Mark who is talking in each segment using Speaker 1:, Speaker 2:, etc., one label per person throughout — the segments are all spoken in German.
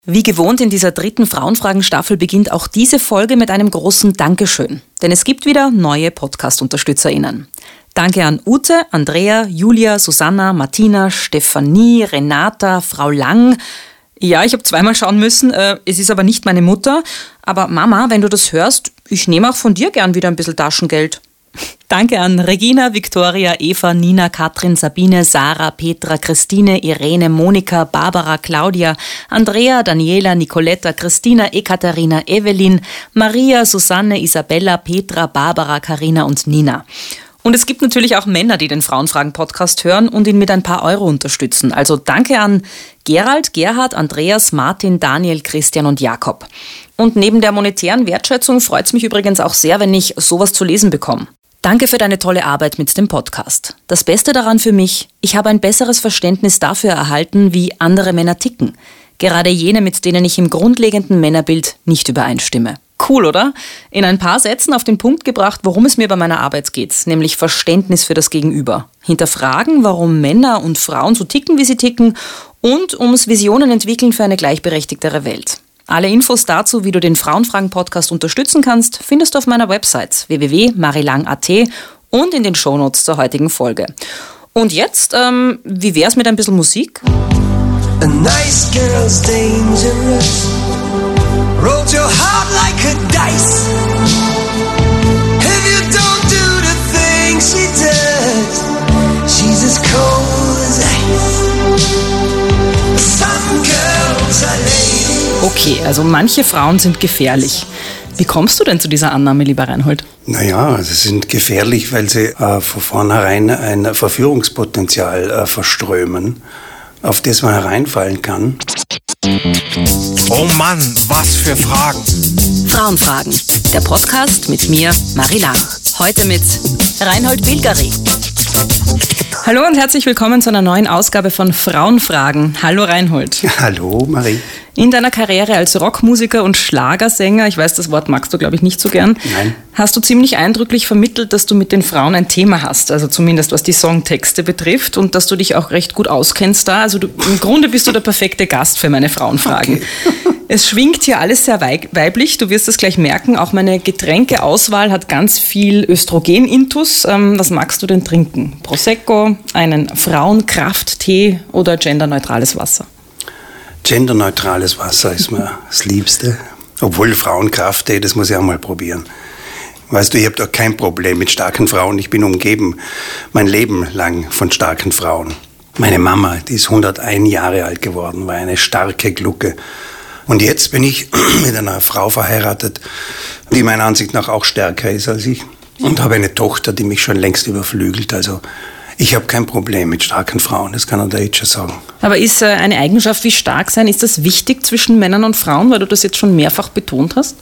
Speaker 1: Wie gewohnt in dieser 3. Frauenfragen-Staffel beginnt auch diese Folge mit einem großen Dankeschön. Denn es gibt wieder neue Podcast-UnterstützerInnen. Danke an Ute, Andrea, Julia, Susanna, Martina, Stefanie, Renata, Frau Lang. Ja, ich habe zweimal schauen müssen, es ist aber nicht meine Mutter. Aber Mama, wenn du das hörst, ich nehme auch von dir gern wieder ein bisschen Taschengeld. Danke an Regina, Viktoria, Eva, Nina, Katrin, Sabine, Sarah, Petra, Christine, Irene, Monika, Barbara, Claudia, Andrea, Daniela, Nicoletta, Christina, Ekaterina, Evelyn, Maria, Susanne, Isabella, Petra, Barbara, Carina und Nina. Und es gibt natürlich auch Männer, die den Frauenfragen-Podcast hören und ihn mit ein paar Euro unterstützen. Also danke an Gerald, Gerhard, Andreas, Martin, Daniel, Christian und Jakob. Und neben der monetären Wertschätzung freut es mich übrigens auch sehr, wenn ich sowas zu lesen bekomme. Danke für deine tolle Arbeit mit dem Podcast. Das Beste daran für mich, ich habe ein besseres Verständnis dafür erhalten, wie andere Männer ticken. Gerade jene, mit denen ich im grundlegenden Männerbild nicht übereinstimme. Cool, oder? In ein paar Sätzen auf den Punkt gebracht, worum es mir bei meiner Arbeit geht, nämlich Verständnis für das Gegenüber. Hinterfragen, warum Männer und Frauen so ticken, wie sie ticken und ums Visionen entwickeln für eine gleichberechtigtere Welt. Alle Infos dazu, wie du den Frauenfragen-Podcast unterstützen kannst, findest du auf meiner Website www.marilang.at und in den Shownotes zur heutigen Folge. Und jetzt, wie wär's mit ein bisschen Musik?
Speaker 2: A nice girl's dangerous. Rolls your heart like a dice. If you don't do the things she does, she's as cold as ice. Some girls are ladies.
Speaker 1: Okay, also manche Frauen sind gefährlich. Wie kommst du denn zu dieser Annahme, lieber Reinhold?
Speaker 3: Naja, sie sind gefährlich, weil sie von vornherein ein Verführungspotenzial verströmen, auf das man hereinfallen kann.
Speaker 4: Oh Mann, was für Fragen.
Speaker 1: Frauenfragen, der Podcast mit mir, Marie Lang. Heute mit Reinhold Bilgeri. Hallo und herzlich willkommen zu einer neuen Ausgabe von Frauenfragen. Hallo Reinhold.
Speaker 3: Hallo Marie.
Speaker 1: In deiner Karriere als Rockmusiker und Schlagersänger, ich weiß, das Wort magst du, glaube ich, nicht so gern,
Speaker 3: Nein.
Speaker 1: Hast du ziemlich eindrücklich vermittelt, dass du mit den Frauen ein Thema hast, also zumindest was die Songtexte betrifft und dass du dich auch recht gut auskennst da. Also im Grunde bist du der perfekte Gast für meine Frauenfragen. Okay. Es schwingt hier alles sehr weiblich, du wirst es gleich merken, auch meine Getränkeauswahl hat ganz viel Östrogen-Intus. Was magst du denn trinken? Prosecco, einen Frauenkrafttee oder genderneutrales Wasser?
Speaker 3: Genderneutrales Wasser ist mir das Liebste. Obwohl Frauenkrafttee, das muss ich auch mal probieren. Weißt du, ich habe doch kein Problem mit starken Frauen. Ich bin umgeben mein Leben lang von starken Frauen. Meine Mama, die ist 101 Jahre alt geworden, war eine starke Glucke. Und jetzt bin ich mit einer Frau verheiratet, die meiner Ansicht nach auch stärker ist als ich. Und habe eine Tochter, die mich schon längst überflügelt. Also ich habe kein Problem mit starken Frauen, das kann der jetzt schon sagen.
Speaker 1: Aber ist eine Eigenschaft wie stark sein, ist das wichtig zwischen Männern und Frauen, weil du das jetzt schon mehrfach betont hast?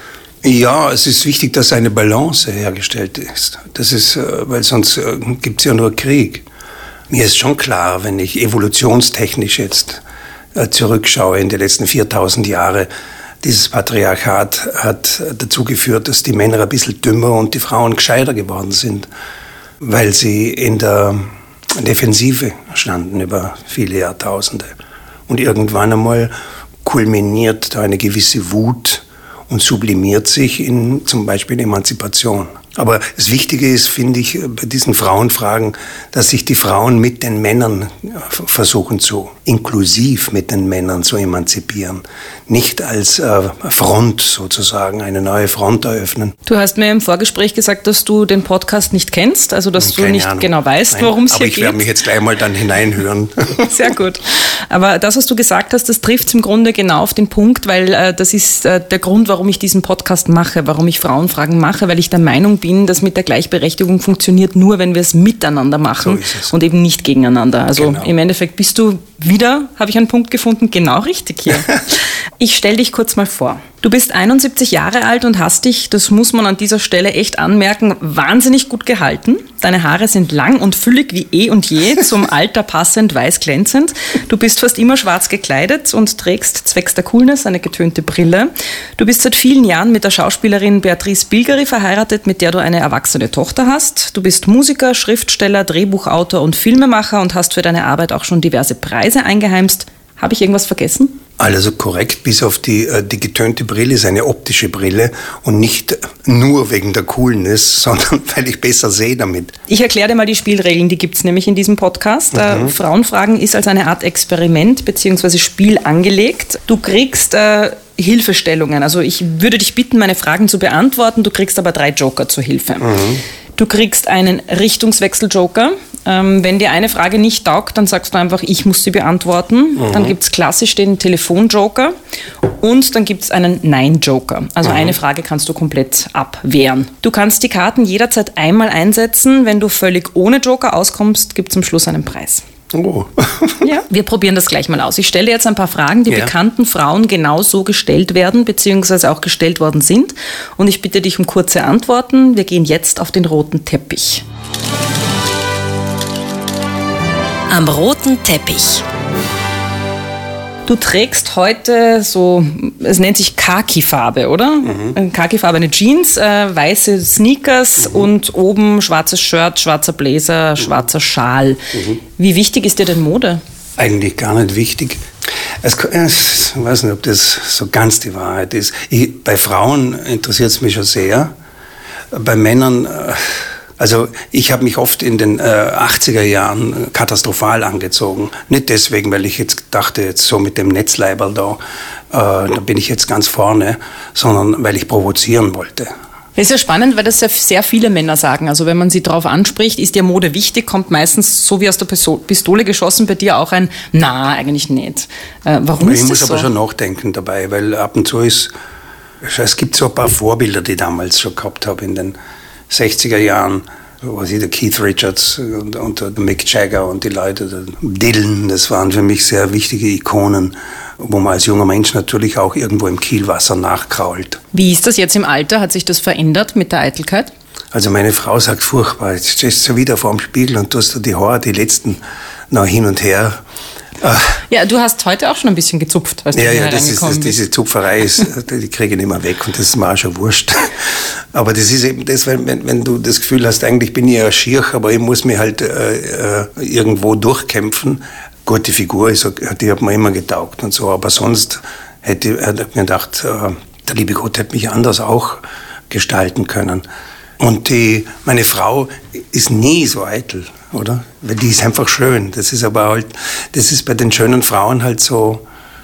Speaker 3: Ja, es ist wichtig, dass eine Balance hergestellt ist. Das ist, weil sonst gibt es ja nur Krieg. Mir ist schon klar, wenn ich evolutionstechnisch jetzt zurückschaue in die letzten 4000 Jahre, dieses Patriarchat hat dazu geführt, dass die Männer ein bisschen dümmer und die Frauen gescheiter geworden sind, weil sie in der Defensive standen über viele Jahrtausende. Und irgendwann einmal kulminiert da eine gewisse Wut und sublimiert sich in zum Beispiel Emanzipation. Aber das Wichtige ist, finde ich, bei diesen Frauenfragen, dass sich die Frauen mit den Männern versuchen inklusiv mit den Männern zu emanzipieren. Nicht als Front sozusagen, eine neue Front eröffnen.
Speaker 1: Du hast mir im Vorgespräch gesagt, dass du den Podcast nicht kennst, also dass du nicht genau weißt, worum es hier geht.
Speaker 3: Aber ich werde mich jetzt gleich mal dann hineinhören.
Speaker 1: Sehr gut. Aber das, was du gesagt hast, das trifft im Grunde genau auf den Punkt, weil das ist der Grund, warum ich diesen Podcast mache, warum ich Frauenfragen mache, weil ich der Meinung bin, dass mit der Gleichberechtigung funktioniert nur, wenn wir es miteinander machen und eben nicht gegeneinander. Also genau. Im Endeffekt bist du wieder, habe ich einen Punkt gefunden, genau richtig hier. Ich stelle dich kurz mal vor. Du bist 71 Jahre alt und hast dich, das muss man an dieser Stelle echt anmerken, wahnsinnig gut gehalten. Deine Haare sind lang und füllig wie eh und je, zum Alter passend weiß glänzend. Du bist fast immer schwarz gekleidet und trägst zwecks der Coolness eine getönte Brille. Du bist seit vielen Jahren mit der Schauspielerin Beatrice Bilgeri verheiratet, mit der du eine erwachsene Tochter hast. Du bist Musiker, Schriftsteller, Drehbuchautor und Filmemacher und hast für deine Arbeit auch schon diverse Preise eingeheimst. Habe ich irgendwas vergessen?
Speaker 3: Also korrekt, bis auf die getönte Brille, ist eine optische Brille und nicht nur wegen der Coolness, sondern weil ich besser sehe damit.
Speaker 1: Ich erkläre dir mal die Spielregeln, die gibt es nämlich in diesem Podcast. Frauenfragen ist als eine Art Experiment bzw. Spiel angelegt. Du kriegst Hilfestellungen, also ich würde dich bitten, meine Fragen zu beantworten, du kriegst aber 3 Joker zur Hilfe. Du kriegst einen Richtungswechsel-Joker. Wenn dir eine Frage nicht taugt, dann sagst du einfach, ich muss sie beantworten. Dann gibt es klassisch den Telefon-Joker und dann gibt es einen Nein-Joker. Also eine Frage kannst du komplett abwehren. Du kannst die Karten jederzeit einmal einsetzen. Wenn du völlig ohne Joker auskommst, gibt es am Schluss einen Preis.
Speaker 3: Oh.
Speaker 1: Ja, wir probieren das gleich mal aus. Ich stelle jetzt ein paar Fragen, die bekannten Frauen genau so gestellt werden, beziehungsweise auch gestellt worden sind. Und ich bitte dich um kurze Antworten. Wir gehen jetzt auf den roten Teppich.
Speaker 5: Am roten Teppich.
Speaker 1: Du trägst heute so, es nennt sich Khaki-Farbe, oder? Khaki-farbene Jeans, weiße Sneakers und oben schwarzes Shirt, schwarzer Blazer, schwarzer Schal. Wie wichtig ist dir denn Mode?
Speaker 3: Eigentlich gar nicht wichtig. Ich weiß nicht, ob das so ganz die Wahrheit ist. Bei Frauen interessiert es mich schon sehr. Bei Männern... Also ich habe mich oft in den 80er Jahren katastrophal angezogen. Nicht deswegen, weil ich jetzt dachte, jetzt so mit dem Netzleiberl da bin ich jetzt ganz vorne, sondern weil ich provozieren wollte.
Speaker 1: Das ist ja spannend, weil das ja sehr viele Männer sagen. Also wenn man sie darauf anspricht, ist dir Mode wichtig, kommt meistens so wie aus der Pistole geschossen bei dir auch ein, na, eigentlich nicht. Warum ist das so?
Speaker 3: Ich muss aber schon nachdenken dabei, weil ab und zu es gibt so ein paar Vorbilder, die ich damals schon gehabt habe in den 60er Jahren, der Keith Richards und der Mick Jagger und die Leute, der Dylan, das waren für mich sehr wichtige Ikonen, wo man als junger Mensch natürlich auch irgendwo im Kielwasser nachkrault.
Speaker 1: Wie ist das jetzt im Alter? Hat sich das verändert mit der Eitelkeit?
Speaker 3: Also meine Frau sagt furchtbar, jetzt stehst du wieder vor dem Spiegel und tust du die Haare, die letzten, noch hin und her.
Speaker 1: Ja, du hast heute auch schon ein bisschen gezupft, als du hier reingekommen bist.
Speaker 3: Diese Zupferei, die kriege ich nicht mehr weg und das ist mir auch schon wurscht. Aber das ist eben das, wenn du das Gefühl hast, eigentlich bin ich ja schier, aber ich muss mich halt irgendwo durchkämpfen. Gute Figur, die hat mir immer getaugt und so, aber sonst hätte ich mir gedacht, der liebe Gott hätte mich anders auch gestalten können. Und meine Frau ist nie so eitel, oder? Weil die ist einfach schön. Das ist aber halt, das ist bei den schönen Frauen halt so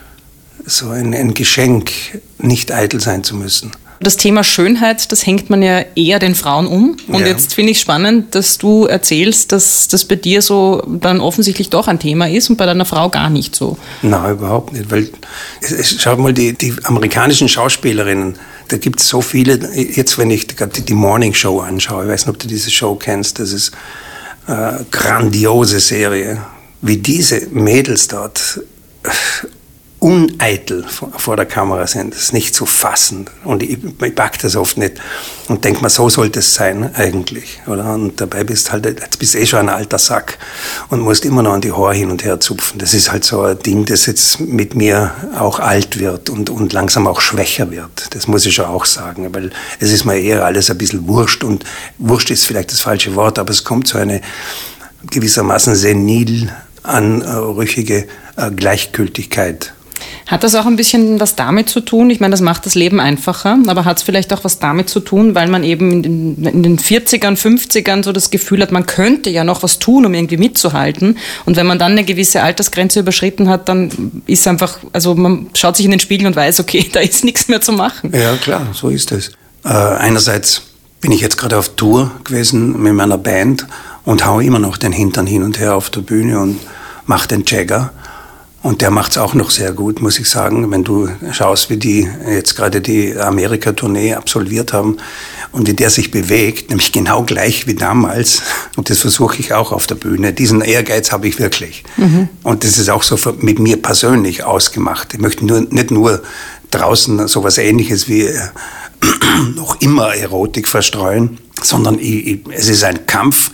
Speaker 3: ein Geschenk, nicht eitel sein zu müssen.
Speaker 1: Das Thema Schönheit, das hängt man ja eher den Frauen um. Und jetzt finde ich spannend, dass du erzählst, dass das bei dir so dann offensichtlich doch ein Thema ist und bei deiner Frau gar nicht so.
Speaker 3: Nein, überhaupt nicht. Weil, schau mal, die amerikanischen Schauspielerinnen, da gibt es so viele, jetzt wenn ich die Morning Show anschaue, ich weiß nicht, ob du diese Show kennst, das ist eine grandiose Serie, wie diese Mädels dort uneitel vor der Kamera sind. Das ist nicht zu fassen. Und ich pack das oft nicht. Und denke mir, so sollte es sein eigentlich. Oder? Und dabei bist du eh schon ein alter Sack und musst immer noch an die Haare hin und her zupfen. Das ist halt so ein Ding, das jetzt mit mir auch alt wird und langsam auch schwächer wird. Das muss ich schon auch sagen. Weil es ist mir eher alles ein bisschen wurscht. Und wurscht ist vielleicht das falsche Wort, aber es kommt so eine gewissermaßen senil anrüchige Gleichgültigkeit.
Speaker 1: Hat das auch ein bisschen was damit zu tun? Ich meine, das macht das Leben einfacher, aber hat es vielleicht auch was damit zu tun, weil man eben in den 40ern, 50ern so das Gefühl hat, man könnte ja noch was tun, um irgendwie mitzuhalten. Und wenn man dann eine gewisse Altersgrenze überschritten hat, dann ist einfach, also man schaut sich in den Spiegel und weiß, okay, da ist nichts mehr zu machen.
Speaker 3: Ja, klar, so ist es. Einerseits bin ich jetzt gerade auf Tour gewesen mit meiner Band und hau immer noch den Hintern hin und her auf der Bühne und mache den Jagger. Und der macht's auch noch sehr gut, muss ich sagen. Wenn du schaust, wie die jetzt gerade die Amerika-Tournee absolviert haben und wie der sich bewegt, nämlich genau gleich wie damals. Und das versuche ich auch auf der Bühne. Diesen Ehrgeiz habe ich wirklich. Und das ist auch so mit mir persönlich ausgemacht. Ich möchte nicht nur draußen sowas Ähnliches wie noch immer Erotik verstreuen, sondern es ist ein Kampf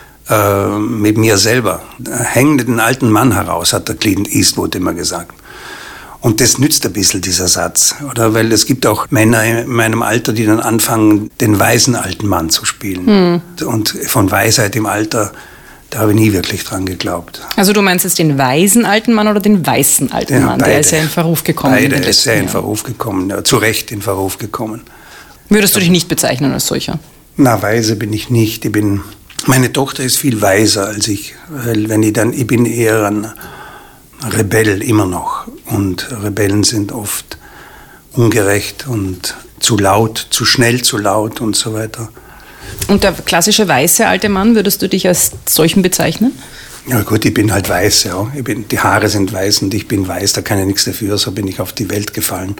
Speaker 3: mit mir selber. Häng nicht den alten Mann heraus, hat der Clint Eastwood immer gesagt. Und das nützt ein bisschen, dieser Satz, oder? Weil es gibt auch Männer in meinem Alter, die dann anfangen, den weisen alten Mann zu spielen. Und von Weisheit im Alter Da habe ich nie wirklich dran geglaubt.
Speaker 1: Also du meinst jetzt den weisen alten Mann oder den weißen alten Mann?
Speaker 3: Beide.
Speaker 1: Der ist ja in Verruf gekommen.
Speaker 3: Beide ist sehr in Verruf gekommen, zu Recht in Verruf gekommen.
Speaker 1: Würdest du dich nicht bezeichnen als solcher?
Speaker 3: Na, weise bin ich nicht. Meine Tochter ist viel weiser als ich. Weil ich bin eher ein Rebell immer noch. Und Rebellen sind oft ungerecht und zu laut, zu schnell zu laut und so weiter.
Speaker 1: Und der klassische weiße alte Mann, würdest du dich als solchen bezeichnen?
Speaker 3: Ja gut, ich bin halt weiß, ja. Die Haare sind weiß und ich bin weiß, da kann ich nichts dafür, so bin ich auf die Welt gefallen.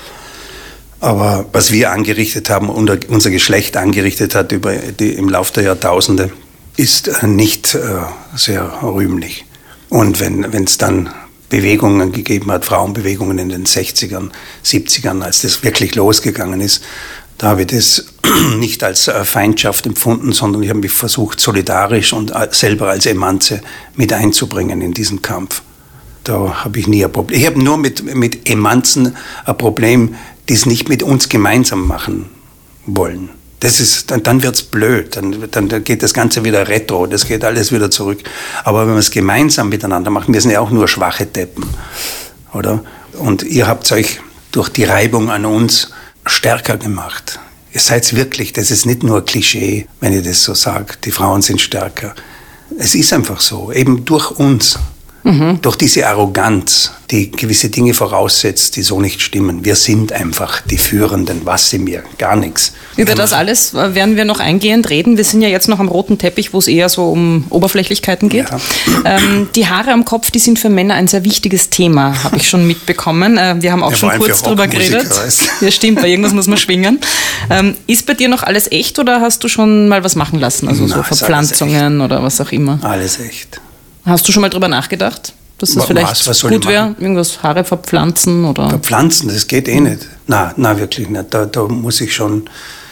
Speaker 3: Aber was wir angerichtet haben, unser Geschlecht angerichtet hat im Laufe der Jahrtausende, ist nicht sehr rühmlich. Und wenn es dann Bewegungen gegeben hat, Frauenbewegungen in den 60ern, 70ern, als das wirklich losgegangen ist, da habe ich das nicht als Feindschaft empfunden, sondern ich habe mich versucht, solidarisch und selber als Emanze mit einzubringen in diesen Kampf. Da habe ich nie ein Problem. Ich habe nur mit Emanzen ein Problem, die es nicht mit uns gemeinsam machen wollen. Dann wird's blöd, dann geht das Ganze wieder retro, das geht alles wieder zurück. Aber wenn wir es gemeinsam miteinander machen, wir sind ja auch nur schwache Deppen, oder? Und ihr habt euch durch die Reibung an uns stärker gemacht. Ihr seid wirklich, das ist nicht nur Klischee, wenn ich das so sage, die Frauen sind stärker. Es ist einfach so, eben durch uns. Durch diese Arroganz, die gewisse Dinge voraussetzt, die so nicht stimmen. Wir sind einfach die Führenden, was sind wir? Gar nichts.
Speaker 1: Über das alles werden wir noch eingehend reden. Wir sind ja jetzt noch am roten Teppich, wo es eher so um Oberflächlichkeiten geht. Ja. Die Haare am Kopf, die sind für Männer ein sehr wichtiges Thema, habe ich schon mitbekommen. Wir haben auch schon kurz drüber geredet. Ja, stimmt, bei irgendwas muss man schwingen. Ist bei dir noch alles echt oder hast du schon mal was machen lassen? Also so Verpflanzungen oder was auch immer?
Speaker 3: Alles echt.
Speaker 1: Hast du schon mal drüber nachgedacht, dass das vielleicht gut wäre? Irgendwas Haare verpflanzen oder?
Speaker 3: Verpflanzen, das geht nicht. Na, wirklich nicht. Da muss ich schon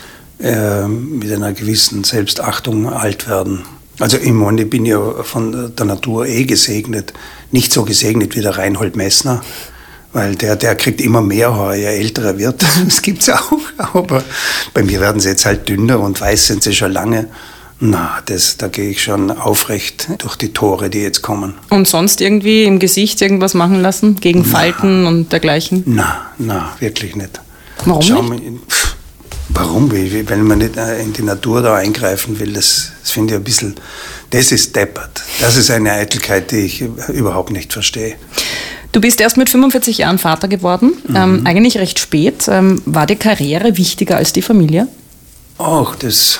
Speaker 3: mit einer gewissen Selbstachtung alt werden. Also ich bin ja von der Natur gesegnet. Nicht so gesegnet wie der Reinhold Messner, weil der kriegt immer mehr Haare, je älter er wird. Das gibt's auch. Aber bei mir werden sie jetzt halt dünner und weiß sind sie schon lange. Da gehe ich schon aufrecht durch die Tore, die jetzt kommen. Und sonst irgendwie im Gesicht irgendwas machen lassen? Gegen Falten und dergleichen? Na, wirklich nicht.
Speaker 1: Warum nicht?
Speaker 3: Warum? Wenn man nicht in die Natur da eingreifen will, das finde ich ein bisschen, das ist deppert. Das ist eine Eitelkeit, die ich überhaupt nicht verstehe.
Speaker 1: Du bist erst mit 45 Jahren Vater geworden, eigentlich recht spät. War die Karriere wichtiger als die Familie?
Speaker 3: Ach,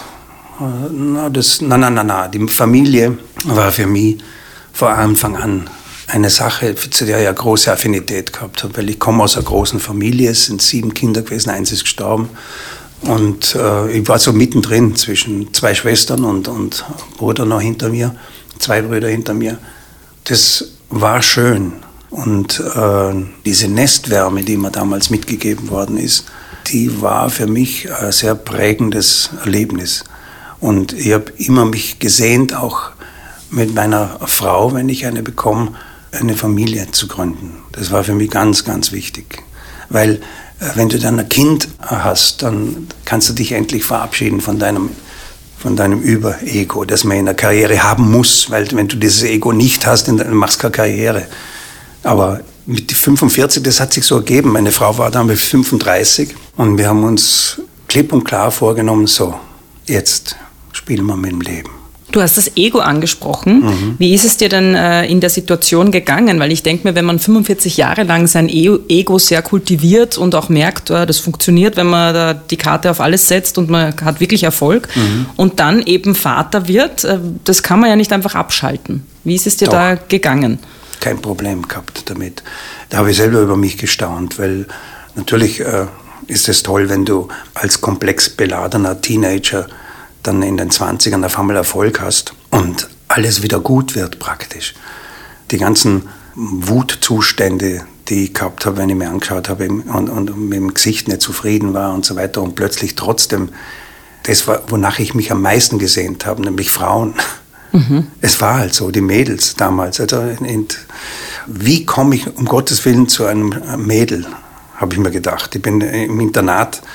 Speaker 3: die Familie war für mich von Anfang an eine Sache, zu der ich eine große Affinität gehabt habe, weil ich komme aus einer großen Familie, es sind 7 Kinder gewesen, 1 ist gestorben und ich war so mittendrin zwischen 2 Schwestern und Bruder noch hinter mir, 2 Brüder hinter mir. Das war schön und diese Nestwärme, die mir damals mitgegeben worden ist, die war für mich ein sehr prägendes Erlebnis. Und ich habe immer mich gesehnt, auch mit meiner Frau, wenn ich eine bekomme, eine Familie zu gründen. Das war für mich ganz, ganz wichtig. Weil wenn du dann ein Kind hast, dann kannst du dich endlich verabschieden von deinem Über-Ego, das man in der Karriere haben muss. Weil wenn du dieses Ego nicht hast, dann machst du keine Karriere. Aber mit 45, das hat sich so ergeben. Meine Frau war dann mit 35 und wir haben uns klipp und klar vorgenommen, so, jetzt spielen wir mit dem Leben.
Speaker 1: Du hast das Ego angesprochen. Wie ist es dir denn in der Situation gegangen? Weil ich denke mir, wenn man 45 Jahre lang sein Ego sehr kultiviert und auch merkt, das funktioniert, wenn man da die Karte auf alles setzt und man hat wirklich Erfolg und dann eben Vater wird, das kann man ja nicht einfach abschalten. Wie ist es dir da gegangen?
Speaker 3: Kein Problem gehabt damit. Da habe ich selber über mich gestaunt, weil natürlich ist es toll, wenn du als komplex beladener Teenager dann in den 20ern auf einmal Erfolg hast und alles wieder gut wird praktisch. Die ganzen Wutzustände, die ich gehabt habe, wenn ich mir angeschaut habe und mit dem Gesicht nicht zufrieden war und so weiter und plötzlich trotzdem, das war, wonach ich mich am meisten gesehnt habe, nämlich Frauen. Es war halt so, die Mädels damals. Also, wie komme ich um Gottes Willen zu einem Mädel, habe ich mir gedacht. Ich bin im Internat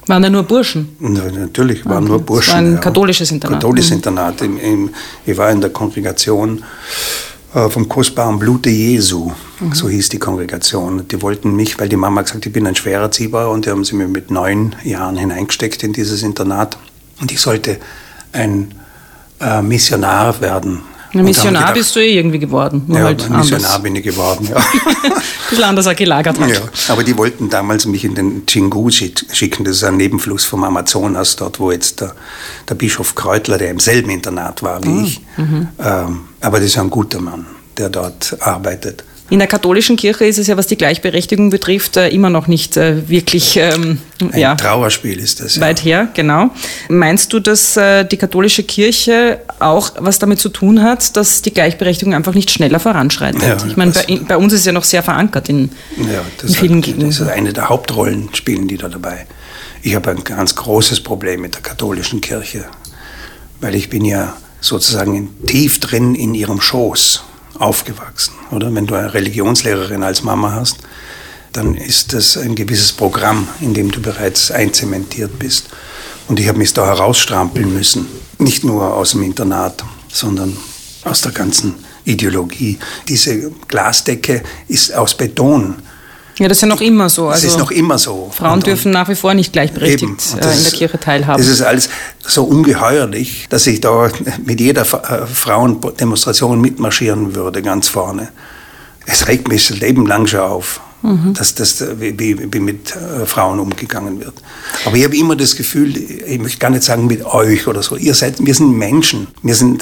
Speaker 1: Waren da nur Burschen?
Speaker 3: Natürlich waren nur Burschen.
Speaker 1: Das war ein katholisches Internat.
Speaker 3: Katholisches Internat. Ich war in der Kongregation vom kostbaren Blute Jesu, so hieß die Kongregation. Die wollten mich, weil die Mama gesagt hat, ich bin ein schwerer Zieher, und die haben sie mir mit 9 Jahren hineingesteckt in dieses Internat. Und ich sollte ein Missionar werden.
Speaker 1: Ein Missionar bist du irgendwie geworden.
Speaker 3: Ja, halt ein Missionar bin ich geworden, ja.
Speaker 1: Ein bisschen anders als gelagert hat.
Speaker 3: Ja, aber die wollten damals mich in den Xingu schicken, das ist ein Nebenfluss vom Amazonas, dort wo jetzt der Bischof Kreutler, der im selben Internat war wie ich. Aber das ist ein guter Mann, der dort arbeitet.
Speaker 1: In der katholischen Kirche ist es ja, was die Gleichberechtigung betrifft, immer noch nicht wirklich
Speaker 3: ein Trauerspiel ist das.
Speaker 1: Weit her, genau. Meinst du, dass die katholische Kirche auch was damit zu tun hat, dass die Gleichberechtigung einfach nicht schneller voranschreitet?
Speaker 3: Ja,
Speaker 1: ich meine, bei uns ist es ja noch sehr verankert in vielen Gegenden.
Speaker 3: Das ist eine der Hauptrollen, spielen die da dabei. Ich habe ein ganz großes Problem mit der katholischen Kirche, weil ich bin ja sozusagen tief drin in ihrem Schoß aufgewachsen, oder? Wenn du eine Religionslehrerin als Mama hast, dann ist das ein gewisses Programm, in dem du bereits einzementiert bist. Und ich habe mich da herausstrampeln müssen. Nicht nur aus dem Internat, sondern aus der ganzen Ideologie. Diese Glasdecke ist aus Beton.
Speaker 1: Ja, das ist ja noch immer so.
Speaker 3: Das ist noch immer so.
Speaker 1: Frauen dürfen nach wie vor nicht gleichberechtigt in der Kirche teilhaben.
Speaker 3: Das ist alles so ungeheuerlich, dass ich da mit jeder Frauendemonstration mitmarschieren würde, ganz vorne. Es regt mich das Leben lang schon auf, wie mit Frauen umgegangen wird. Aber ich habe immer das Gefühl, ich möchte gar nicht sagen mit euch oder so, wir sind Menschen. Wir sind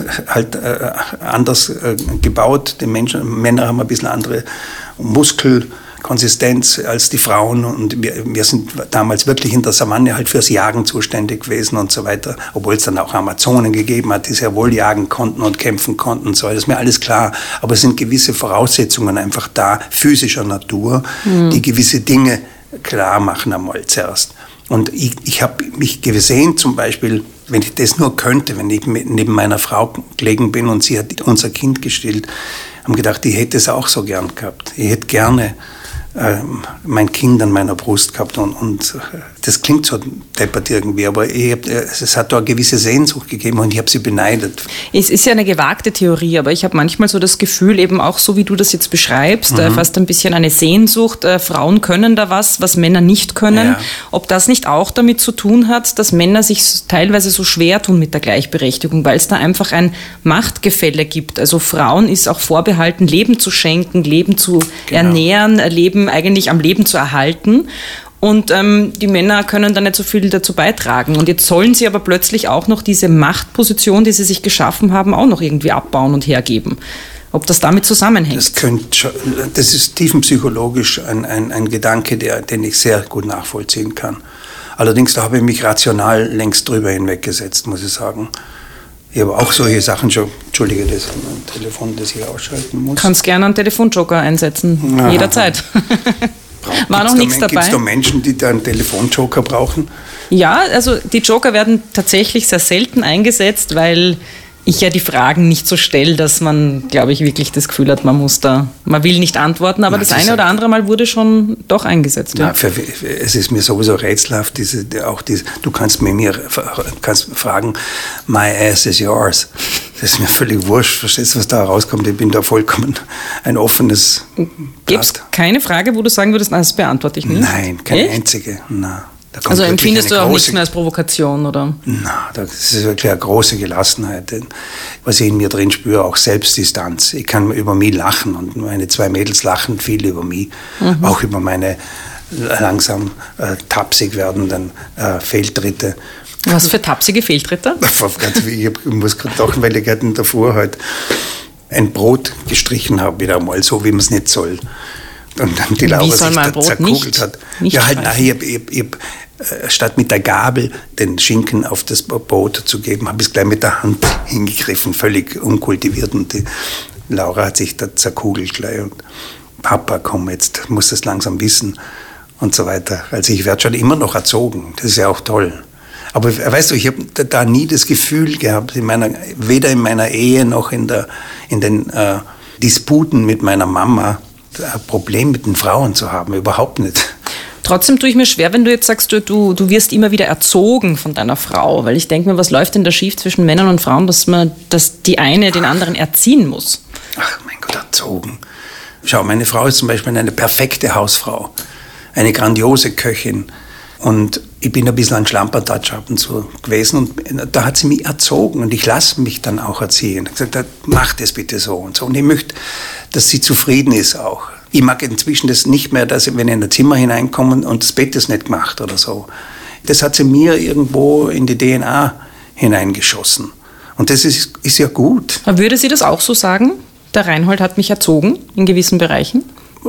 Speaker 3: anders gebaut. Die Männer haben ein bisschen andere Muskelkonsistenz als die Frauen, und wir sind damals wirklich in der Savanne halt fürs Jagen zuständig gewesen und so weiter, obwohl es dann auch Amazonen gegeben hat, die sehr wohl jagen konnten und kämpfen konnten und so weiter. Das ist mir alles klar, aber es sind gewisse Voraussetzungen einfach da, physischer Natur, die gewisse Dinge klar machen einmal zuerst. Und ich habe mich gesehen, zum Beispiel, wenn ich das nur könnte, wenn ich neben meiner Frau gelegen bin und sie hat unser Kind gestillt, haben gedacht, ich hätte es auch so gern gehabt. Ich hätte gerne mein Kind an meiner Brust gehabt, und das klingt so deppert irgendwie, aber es hat da eine gewisse Sehnsucht gegeben und ich habe sie beneidet. Es
Speaker 1: ist ja eine gewagte Theorie, aber ich habe manchmal so das Gefühl, eben auch so wie du das jetzt beschreibst, fast ein bisschen eine Sehnsucht, Frauen können da was Männer nicht können. Ja. Ob das nicht auch damit zu tun hat, dass Männer sich teilweise so schwer tun mit der Gleichberechtigung, weil es da einfach ein Machtgefälle gibt. Also Frauen ist auch vorbehalten, Leben zu schenken, Leben zu ernähren, Leben eigentlich am Leben zu erhalten. Und die Männer können da nicht so viel dazu beitragen. Und jetzt sollen sie aber plötzlich auch noch diese Machtposition, die sie sich geschaffen haben, auch noch irgendwie abbauen und hergeben. Ob das damit zusammenhängt?
Speaker 3: Das ist tiefenpsychologisch ein Gedanke, den ich sehr gut nachvollziehen kann. Allerdings, da habe ich mich rational längst drüber hinweggesetzt, muss ich sagen. Ich habe auch solche Sachen schon. Entschuldige, das ist ein Telefon, das ich ausschalten muss.
Speaker 1: Du kannst gerne einen Telefonjoker einsetzen, jederzeit. War noch nichts dabei.
Speaker 3: Gibt es da Menschen, die da einen Telefonjoker brauchen?
Speaker 1: Ja, also die Joker werden tatsächlich sehr selten eingesetzt, weil ich ja die Fragen nicht so stelle, dass man, glaube ich, wirklich das Gefühl hat, man will nicht antworten, aber das eine oder andere Mal wurde schon doch eingesetzt.
Speaker 3: Na, es ist mir sowieso rätselhaft, du kannst fragen, my ass is yours. Das ist mir völlig wurscht, verstehst du, was da rauskommt? Ich bin da vollkommen ein offenes
Speaker 1: Gibt es keine Frage, wo du sagen würdest, das beantworte ich nicht?
Speaker 3: Nein, keine einzige, nein.
Speaker 1: Also empfindest du auch nichts mehr als Provokation, oder?
Speaker 3: Na, das ist wirklich eine große Gelassenheit. Was ich in mir drin spüre, auch Selbstdistanz. Ich kann über mich lachen und meine 2 Mädels lachen viel über mich. Auch über meine langsam tapsig werdenden Fehltritte.
Speaker 1: Was für tapsige Fehltritte?
Speaker 3: Ich muss gerade lachen, weil ich gerade davor halt ein Brot gestrichen habe, wieder mal, so wie man es nicht soll. Und dann die Laura sich da zerkugelt hat.
Speaker 1: Ich
Speaker 3: hab statt mit der Gabel den Schinken auf das Brot zu geben, habe ich es gleich mit der Hand hingegriffen, völlig unkultiviert. Und die Laura hat sich da zerkugelt gleich. Und Papa, komm, jetzt musst du es langsam wissen und so weiter. Also ich werde schon immer noch erzogen, das ist ja auch toll. Aber weißt du, ich habe da nie das Gefühl gehabt, weder in meiner Ehe noch in den Disputen mit meiner Mama, ein Problem mit den Frauen zu haben, überhaupt nicht.
Speaker 1: Trotzdem tue ich mir schwer, wenn du jetzt sagst, du wirst immer wieder erzogen von deiner Frau, weil ich denke mir, was läuft denn da schief zwischen Männern und Frauen, dass die eine den anderen erziehen muss?
Speaker 3: Ach, mein Gott, erzogen. Schau, meine Frau ist zum Beispiel eine perfekte Hausfrau, eine grandiose Köchin. Und ich bin ein bisschen ein Schlampertatsch ab und zu gewesen und da hat sie mich erzogen und ich lasse mich dann auch erziehen. Ich habe gesagt, mach das bitte so und so. Und ich möchte, dass sie zufrieden ist auch. Ich mag inzwischen das nicht mehr, dass ich, wenn ich in ein Zimmer hineinkomme und das Bett ist nicht gemacht oder so. Das hat sie mir irgendwo in die DNA hineingeschossen. Und das ist ja gut.
Speaker 1: Aber würde sie das auch so sagen? Der Reinhold hat mich erzogen in gewissen Bereichen?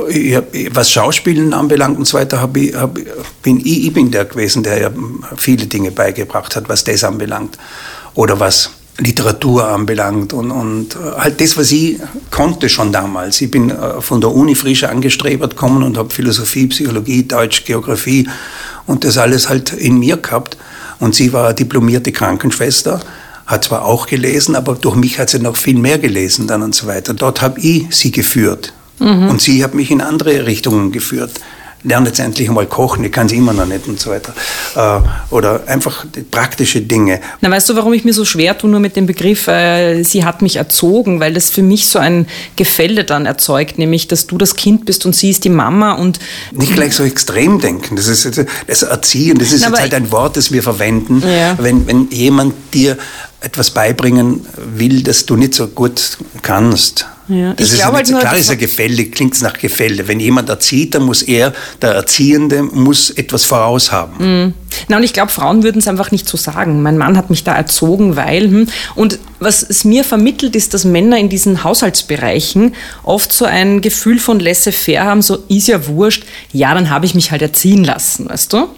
Speaker 3: Was Schauspielen anbelangt und so weiter, bin ich der gewesen, der ja viele Dinge beigebracht hat, was das anbelangt. Oder was Literatur anbelangt und halt das, was ich konnte schon damals. Ich bin von der Uni frisch angestrebert gekommen und habe Philosophie, Psychologie, Deutsch, Geografie und das alles halt in mir gehabt. Und sie war diplomierte Krankenschwester, hat zwar auch gelesen, aber durch mich hat sie noch viel mehr gelesen dann und so weiter. Dort habe ich sie geführt. Und sie hat mich in andere Richtungen geführt. Lerne jetzt endlich einmal kochen, ich kann es immer noch nicht und so weiter. Oder einfach praktische Dinge.
Speaker 1: Na, weißt du, warum ich mir so schwer tue nur mit dem Begriff, sie hat mich erzogen, weil das für mich so ein Gefälle dann erzeugt, nämlich, dass du das Kind bist und sie ist die Mama und...
Speaker 3: Nicht gleich so extrem denken, das Erziehen, das ist jetzt halt ein Wort, das wir verwenden, ja. Wenn jemand dir etwas beibringen will, das du nicht so gut kannst. Ja. Das ist halt so klar, ist ein Gefälle, klingt es nach Gefälle. Wenn jemand erzieht, dann muss der Erziehende, muss etwas voraus haben.
Speaker 1: Na, und ich glaube, Frauen würden es einfach nicht so sagen. Mein Mann hat mich da erzogen, weil... Und was es mir vermittelt, ist, dass Männer in diesen Haushaltsbereichen oft so ein Gefühl von laissez-faire haben, so ist ja wurscht, ja, dann habe ich mich halt erziehen lassen, weißt du?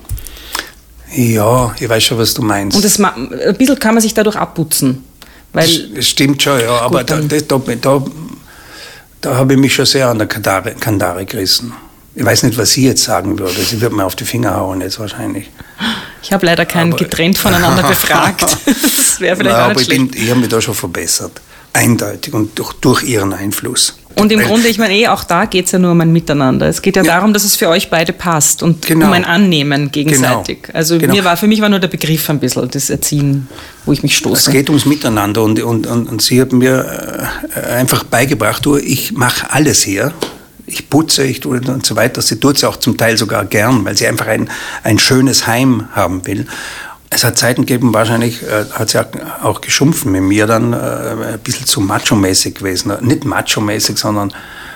Speaker 3: Ja, ich weiß schon, was du meinst.
Speaker 1: Und ein bisschen kann man sich dadurch abputzen. Weil
Speaker 3: das stimmt schon, ja, aber da habe ich mich schon sehr an der Kandare gerissen. Ich weiß nicht, was sie jetzt sagen würde. Sie wird mir auf die Finger hauen jetzt wahrscheinlich.
Speaker 1: Ich habe leider keinen getrennt voneinander befragt. Das wäre vielleicht auch nicht schlecht.
Speaker 3: Ich habe mich da schon verbessert. Eindeutig und durch ihren Einfluss.
Speaker 1: Und im Grunde, ich meine, auch da geht es ja nur um ein Miteinander. Es geht ja darum, dass es für euch beide passt und um ein Annehmen gegenseitig.
Speaker 3: Genau.
Speaker 1: Also für mich war nur der Begriff ein bisschen das Erziehen, wo ich mich stoße.
Speaker 3: Es geht ums Miteinander und sie hat mir einfach beigebracht, ich mache alles hier. Ich putze, ich tue und so weiter. Sie tut es auch zum Teil sogar gern, weil sie einfach ein schönes Heim haben will. Es hat Zeiten gegeben, wahrscheinlich hat sie auch geschumpfen mit mir, dann ein bisschen zu macho-mäßig gewesen. Nicht macho-mäßig, sondern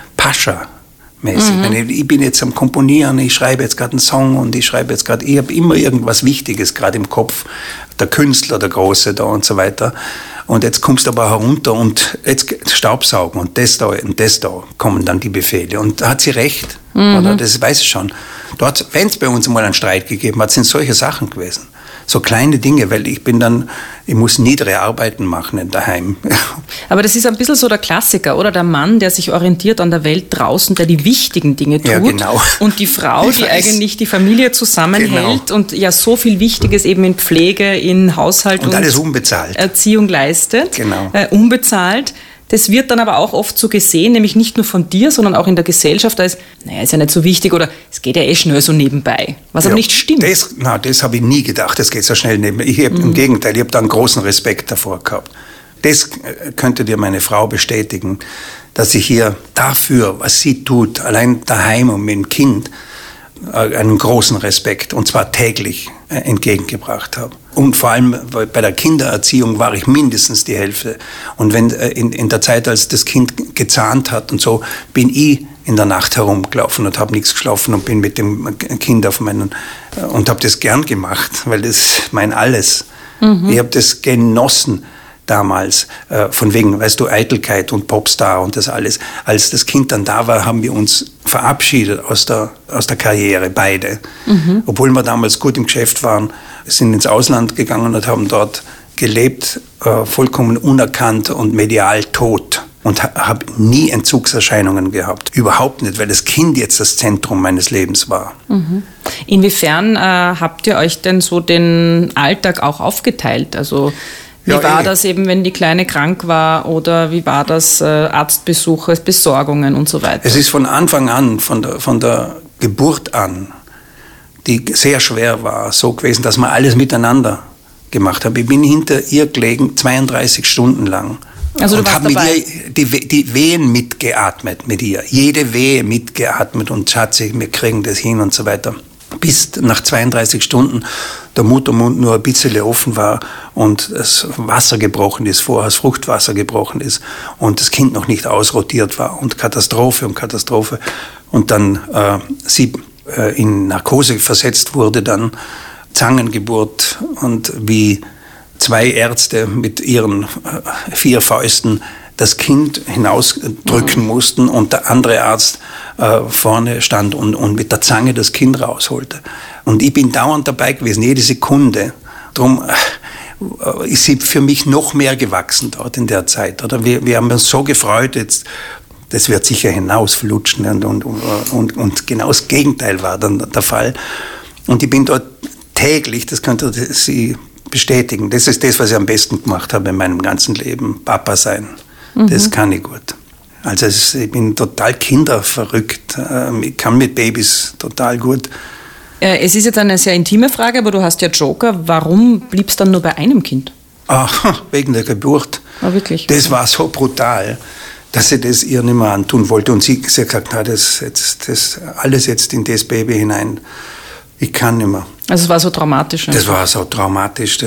Speaker 3: Pascha-mäßig. Ich bin jetzt am Komponieren, ich schreibe jetzt gerade einen Song und ich habe immer irgendwas Wichtiges gerade im Kopf. Der Künstler, der Große da und so weiter. Und jetzt kommst du aber herunter und jetzt Staubsaugen und das da kommen dann die Befehle. Und da hat sie recht, oder? Das weiß ich schon. Dort, wenn es bei uns mal einen Streit gegeben hat, sind solche Sachen gewesen. So kleine Dinge, weil ich muss niedere Arbeiten machen daheim.
Speaker 1: Aber das ist ein bisschen so der Klassiker, oder? Der Mann, der sich orientiert an der Welt draußen, der die wichtigen Dinge tut.
Speaker 3: Ja, genau.
Speaker 1: Und die Frau, die eigentlich die Familie zusammenhält und ja so viel Wichtiges eben in Pflege, in Haushalt und
Speaker 3: alles unbezahlt.
Speaker 1: Erziehung leistet.
Speaker 3: Genau.
Speaker 1: Unbezahlt. Das wird dann aber auch oft so gesehen, nämlich nicht nur von dir, sondern auch in der Gesellschaft, als, ist ja nicht so wichtig oder es geht ja schnell so nebenbei. Was aber nicht stimmt.
Speaker 3: Das habe ich nie gedacht, das geht so schnell nebenbei. Im Gegenteil, ich habe da einen großen Respekt davor gehabt. Das könnte dir meine Frau bestätigen, dass ich hier dafür, was sie tut, allein daheim und mit dem Kind, einen großen Respekt, und zwar täglich, entgegengebracht habe. Und vor allem bei der Kindererziehung war ich mindestens die Hälfte. Und wenn in der Zeit, als das Kind gezahnt hat und so, bin ich in der Nacht herumgelaufen und habe nichts geschlafen und bin mit dem Kind und habe das gern gemacht, weil das ist mein Alles. Ich habe das genossen damals, von wegen, weißt du, Eitelkeit und Popstar und das alles. Als das Kind dann da war, haben wir uns verabschiedet aus der Karriere, beide. Obwohl wir damals gut im Geschäft waren, sind ins Ausland gegangen und haben dort gelebt, vollkommen unerkannt und medial tot. Und habe nie Entzugserscheinungen gehabt. Überhaupt nicht, weil das Kind jetzt das Zentrum meines Lebens war.
Speaker 1: Inwiefern habt ihr euch denn so den Alltag auch aufgeteilt? Also wie war das eben, wenn die Kleine krank war, oder wie war das Arztbesuche, Besorgungen und so weiter?
Speaker 3: Es ist von Anfang an, von der Geburt an, die sehr schwer war, so gewesen, dass wir alles miteinander gemacht haben. Ich bin hinter ihr gelegen, 32 Stunden lang.
Speaker 1: Also
Speaker 3: und habe mit ihr die Wehen mitgeatmet mit ihr. Jede Wehe mitgeatmet und Schatzi, wir kriegen das hin und so weiter. Bis nach 32 Stunden der Muttermund nur ein bisschen offen war und das Wasser gebrochen ist, vorher das Fruchtwasser gebrochen ist und das Kind noch nicht ausrotiert war und Katastrophe. Und dann sie in Narkose versetzt wurde, dann Zangengeburt und wie 2 Ärzte mit ihren 4 Fäusten das Kind hinausdrücken mussten und der andere Arzt vorne stand und mit der Zange das Kind rausholte. Und ich bin dauernd dabei gewesen, jede Sekunde. Darum ist sie für mich noch mehr gewachsen dort in der Zeit. Oder? Wir haben uns so gefreut, jetzt, das wird sicher hinausflutschen und genau das Gegenteil war dann der Fall. Und ich bin dort täglich, das könnte sie bestätigen, das ist das, was ich am besten gemacht habe in meinem ganzen Leben, Papa sein. Das kann ich gut. Also ich bin total kinderverrückt. Ich kann mit Babys total gut.
Speaker 1: Es ist jetzt eine sehr intime Frage, aber du hast ja Joker. Warum blieb es dann nur bei einem Kind?
Speaker 3: Wegen der Geburt.
Speaker 1: Wirklich?
Speaker 3: Das war so brutal, dass sie das ihr nicht mehr antun wollte. Und sie hat gesagt, das alles jetzt in das Baby hinein. Ich kann nicht mehr.
Speaker 1: Also es war so traumatisch?
Speaker 3: Das war so traumatisch.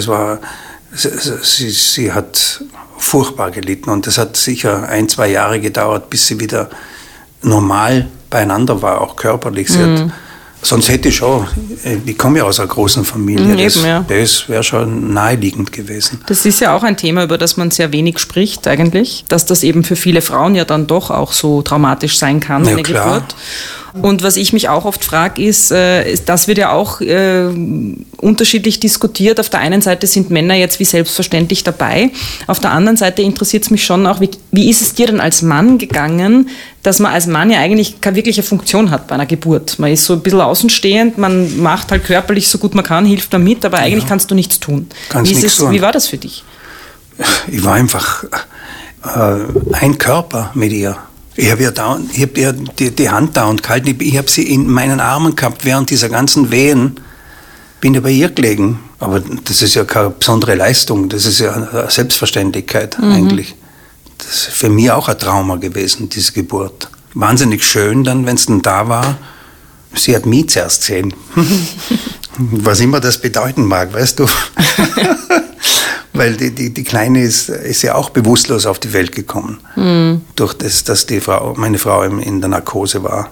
Speaker 3: Sie hat furchtbar gelitten und das hat sicher 1-2 Jahre gedauert, bis sie wieder normal beieinander war, auch körperlich. Sonst hätte ich schon, ich komme ja aus einer großen Familie, das wäre schon naheliegend gewesen.
Speaker 1: Das ist ja auch ein Thema, über das man sehr wenig spricht eigentlich, dass das eben für viele Frauen ja dann doch auch so traumatisch sein kann, eine Geburt. Und was ich mich auch oft frage, ist, das wird ja auch unterschiedlich diskutiert. Auf der einen Seite sind Männer jetzt wie selbstverständlich dabei. Auf der anderen Seite interessiert es mich schon auch, wie ist es dir denn als Mann gegangen, dass man als Mann ja eigentlich keine wirkliche Funktion hat bei einer Geburt. Man ist so ein bisschen außenstehend, man macht halt körperlich so gut man kann, hilft damit, aber eigentlich kannst du nichts tun. Wie war das für dich?
Speaker 3: Ich war einfach ein Körper mit ihr. Ich habe ihr die Hand dauernd gehalten. Ich habe sie in meinen Armen gehabt während dieser ganzen Wehen. Bin ja bei ihr gelegen. Aber das ist ja keine besondere Leistung. Das ist ja eine Selbstverständlichkeit eigentlich. Das ist für mich auch ein Trauma gewesen, diese Geburt. Wahnsinnig schön dann, wenn es dann da war. Sie hat mich zuerst gesehen. Was immer das bedeuten mag, weißt du. Weil die Kleine ist ja auch bewusstlos auf die Welt gekommen. Durch das, dass meine Frau in der Narkose war.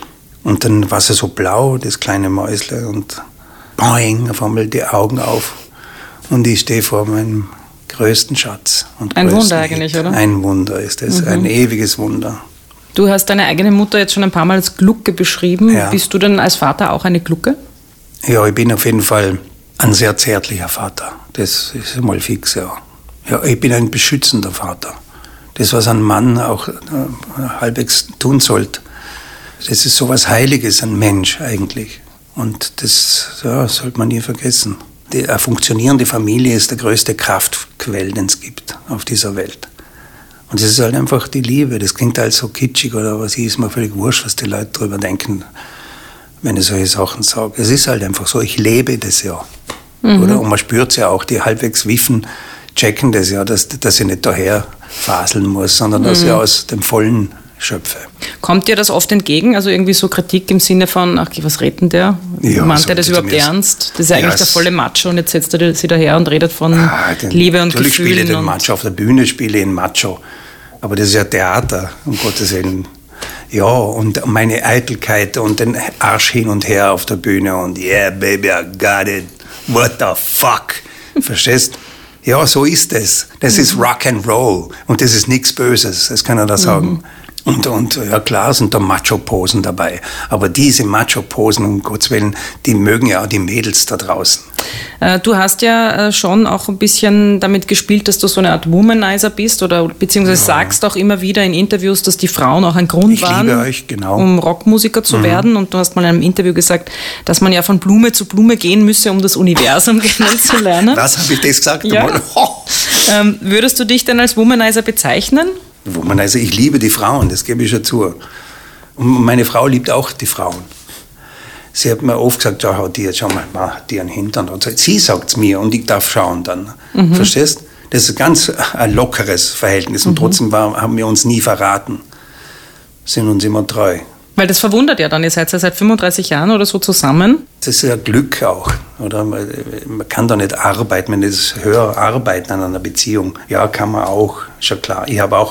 Speaker 3: Und dann war sie so blau, das kleine Mäusle, und boing, auf einmal die Augen auf. Und ich stehe vor meinem größten Schatz. Und
Speaker 1: ein Wunder eigentlich, oder?
Speaker 3: Ein Wunder ist es, ein ewiges Wunder.
Speaker 1: Du hast deine eigene Mutter jetzt schon ein paar Mal als Glucke beschrieben.
Speaker 3: Ja.
Speaker 1: Bist du denn als Vater auch eine Glucke?
Speaker 3: Ja, ich bin auf jeden Fall ein sehr zärtlicher Vater. Das ist mal fix, ja. Ja, ich bin ein beschützender Vater. Das, was ein Mann auch halbwegs tun sollte. Das ist sowas Heiliges, ein Mensch eigentlich. Und das sollte man nie vergessen. Eine funktionierende Familie ist der größte Kraftquell, den es gibt auf dieser Welt. Und das ist halt einfach die Liebe. Das klingt halt so kitschig oder was, ist mir völlig wurscht, was die Leute darüber denken, wenn ich solche Sachen sage. Es ist halt einfach so, ich lebe das ja. Oder? Und man spürt es ja auch, die halbwegs Wiffen checken das ja, dass ich nicht daher faseln muss, sondern dass ich aus dem Vollen schöpfe.
Speaker 1: Kommt dir das oft entgegen? Also irgendwie so Kritik im Sinne von, ach, was redet denn der?
Speaker 3: Ja,
Speaker 1: meint er das überhaupt ernst? Das ist ja eigentlich der volle Macho und jetzt setzt er sie daher und redet von Liebe und Gefühlen.
Speaker 3: Natürlich spiele ich den Macho, auf der Bühne spiele ich einen Macho. Aber das ist ja Theater, um Gottes Willen. Ja, und meine Eitelkeit und den Arsch hin und her auf der Bühne und yeah, baby, I got it. What the fuck? Verstehst? Ja, so ist es. Das ist Rock and Roll und das ist nichts Böses, das kann er da sagen. Und ja klar sind da Macho-Posen dabei, aber diese Macho-Posen, um Gottes Willen, die mögen ja auch die Mädels da draußen.
Speaker 1: Du hast ja schon auch ein bisschen damit gespielt, dass du so eine Art Womanizer bist oder beziehungsweise sagst auch immer wieder in Interviews, dass die Frauen auch ein Grund waren, um Rockmusiker zu werden. Und du hast mal in einem Interview gesagt, dass man ja von Blume zu Blume gehen müsse, um das Universum kennenzulernen.
Speaker 3: Was, habe ich das gesagt?
Speaker 1: Ja. Würdest du dich denn als Womanizer bezeichnen?
Speaker 3: Womanizer, ich liebe die Frauen, das gebe ich schon zu. Und meine Frau liebt auch die Frauen. Sie hat mir oft gesagt, schau mal, mach dir einen Hintern. Und sie sagt es mir und ich darf schauen dann. Verstehst? Das ist ganz ein lockeres Verhältnis und trotzdem haben wir uns nie verraten. Sind uns immer treu.
Speaker 1: Weil das verwundert ja dann, ihr seid ja seit 35 Jahren oder so zusammen.
Speaker 3: Das ist ja Glück auch, oder? Man kann da nicht arbeiten, wenn das höher arbeiten an einer Beziehung. Ja, kann man auch, schon klar. Ich habe auch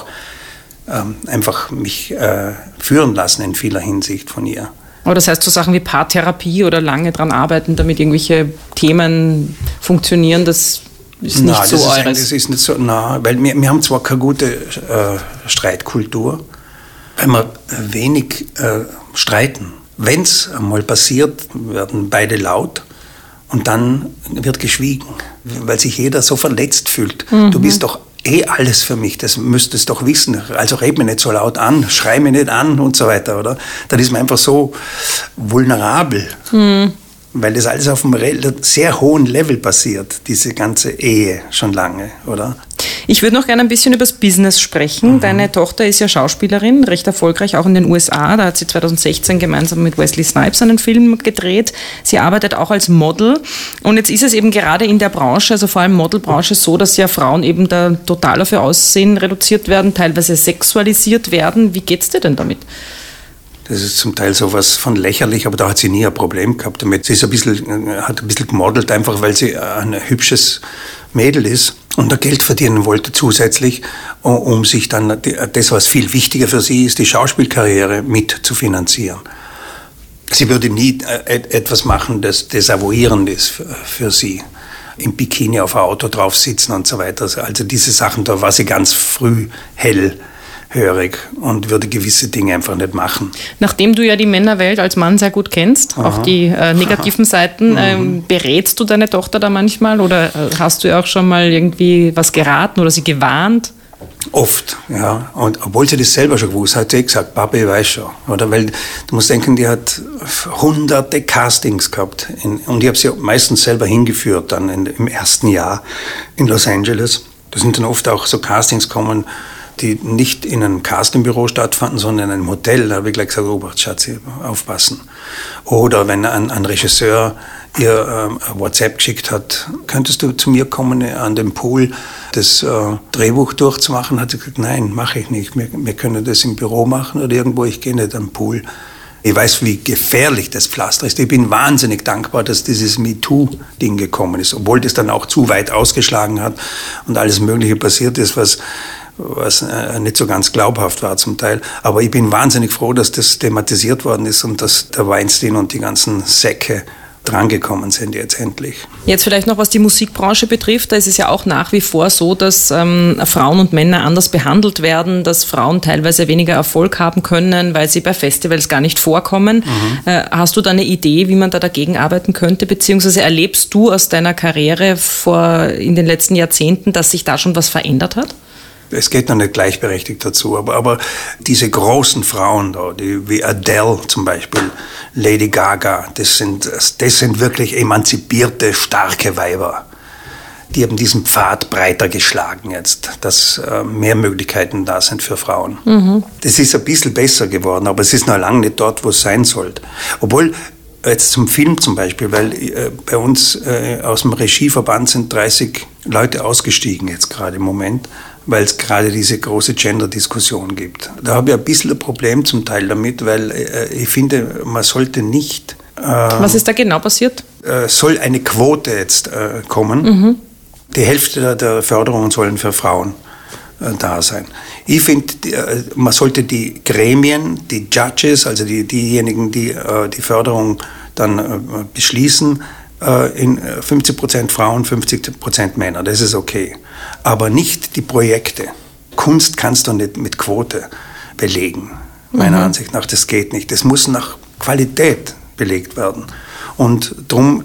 Speaker 3: einfach mich führen lassen in vieler Hinsicht von ihr.
Speaker 1: Aber das heißt, so Sachen wie Paartherapie oder lange dran arbeiten, damit irgendwelche Themen funktionieren, das ist nicht so eures?
Speaker 3: Das ist nicht so, weil wir haben zwar keine gute Streitkultur, weil wir wenig streiten. Wenn es einmal passiert, werden beide laut und dann wird geschwiegen, weil sich jeder so verletzt fühlt. Du bist doch alles für mich, das müsstest du doch wissen. Also red mich nicht so laut an, schrei mich nicht an und so weiter, oder? Dann ist man einfach so vulnerabel. Weil das alles auf einem sehr hohen Level passiert, diese ganze Ehe schon lange, oder?
Speaker 1: Ich würde noch gerne ein bisschen über das Business sprechen. Deine Tochter ist ja Schauspielerin, recht erfolgreich, auch in den USA. Da hat sie 2016 gemeinsam mit Wesley Snipes einen Film gedreht. Sie arbeitet auch als Model. Und jetzt ist es eben gerade in der Branche, also vor allem Modelbranche, so, dass ja Frauen eben da total auf ihr Aussehen reduziert werden, teilweise sexualisiert werden. Wie geht's dir denn damit?
Speaker 3: Das ist zum Teil sowas von lächerlich, aber da hat sie nie ein Problem gehabt damit. Sie ist hat ein bisschen gemodelt, einfach weil sie ein hübsches Mädel ist und da Geld verdienen wollte zusätzlich, um sich dann das, was viel wichtiger für sie ist, die Schauspielkarriere mit zu finanzieren. Sie würde nie etwas machen, das desavouierend ist für sie. Im Bikini auf ein Auto drauf sitzen und so weiter. Also diese Sachen, da war sie ganz früh hellhörig und würde gewisse Dinge einfach nicht machen.
Speaker 1: Nachdem du ja die Männerwelt als Mann sehr gut kennst, auch die negativen Seiten, berätst du deine Tochter da manchmal oder hast du ihr auch schon mal irgendwie was geraten oder sie gewarnt?
Speaker 3: Oft, ja. Und obwohl sie das selber schon gewusst hat, hat sie gesagt, Papa, ich weiß schon. Oder? Weil du musst denken, die hat hunderte Castings gehabt. Und ich habe sie meistens selber hingeführt, dann im ersten Jahr in Los Angeles. Da sind dann oft auch so Castings gekommen, die nicht in einem Castingbüro stattfanden, sondern in einem Hotel. Da habe ich gleich gesagt, Obacht, Schatzi, aufpassen. Oder wenn ein Regisseur ihr WhatsApp geschickt hat, könntest du zu mir kommen an den Pool, das Drehbuch durchzumachen? Hat sie gesagt, nein, mache ich nicht. Wir können das im Büro machen oder irgendwo, ich gehe nicht am Pool. Ich weiß, wie gefährlich das Pflaster ist. Ich bin wahnsinnig dankbar, dass dieses MeToo-Ding gekommen ist, obwohl das dann auch zu weit ausgeschlagen hat und alles Mögliche passiert ist, was nicht so ganz glaubhaft war zum Teil. Aber ich bin wahnsinnig froh, dass das thematisiert worden ist und dass der Weinstein und die ganzen Säcke drangekommen sind jetzt endlich.
Speaker 1: Jetzt vielleicht noch, was die Musikbranche betrifft, da ist es ja auch nach wie vor so, dass Frauen und Männer anders behandelt werden, dass Frauen teilweise weniger Erfolg haben können, weil sie bei Festivals gar nicht vorkommen. Hast du da eine Idee, wie man da dagegen arbeiten könnte, beziehungsweise erlebst du aus deiner Karriere in den letzten Jahrzehnten, dass sich da schon was verändert hat?
Speaker 3: Es geht noch nicht gleichberechtigt dazu, aber diese großen Frauen da, wie Adele zum Beispiel, Lady Gaga, das sind wirklich emanzipierte, starke Weiber. Die haben diesen Pfad breiter geschlagen jetzt, dass mehr Möglichkeiten da sind für Frauen. Das ist ein bisschen besser geworden, aber es ist noch lange nicht dort, wo es sein sollte. Obwohl, jetzt zum Film zum Beispiel, weil bei uns aus dem Regieverband sind 30 Leute ausgestiegen jetzt gerade im Moment, weil es gerade diese große Gender-Diskussion gibt. Da habe ich ein bisschen ein Problem zum Teil damit, weil ich finde, man sollte nicht...
Speaker 1: Was ist da genau passiert?
Speaker 3: Soll eine Quote jetzt kommen. Die Hälfte der Förderungen sollen für Frauen da sein. Ich finde, man sollte die Gremien, die Judges, also diejenigen, die die Förderung dann beschließen, in 50% Frauen, 50% Männer. Das ist okay. Aber nicht die Projekte. Kunst kannst du nicht mit Quote belegen, meiner Ansicht nach. Das geht nicht. Das muss nach Qualität belegt werden. Und darum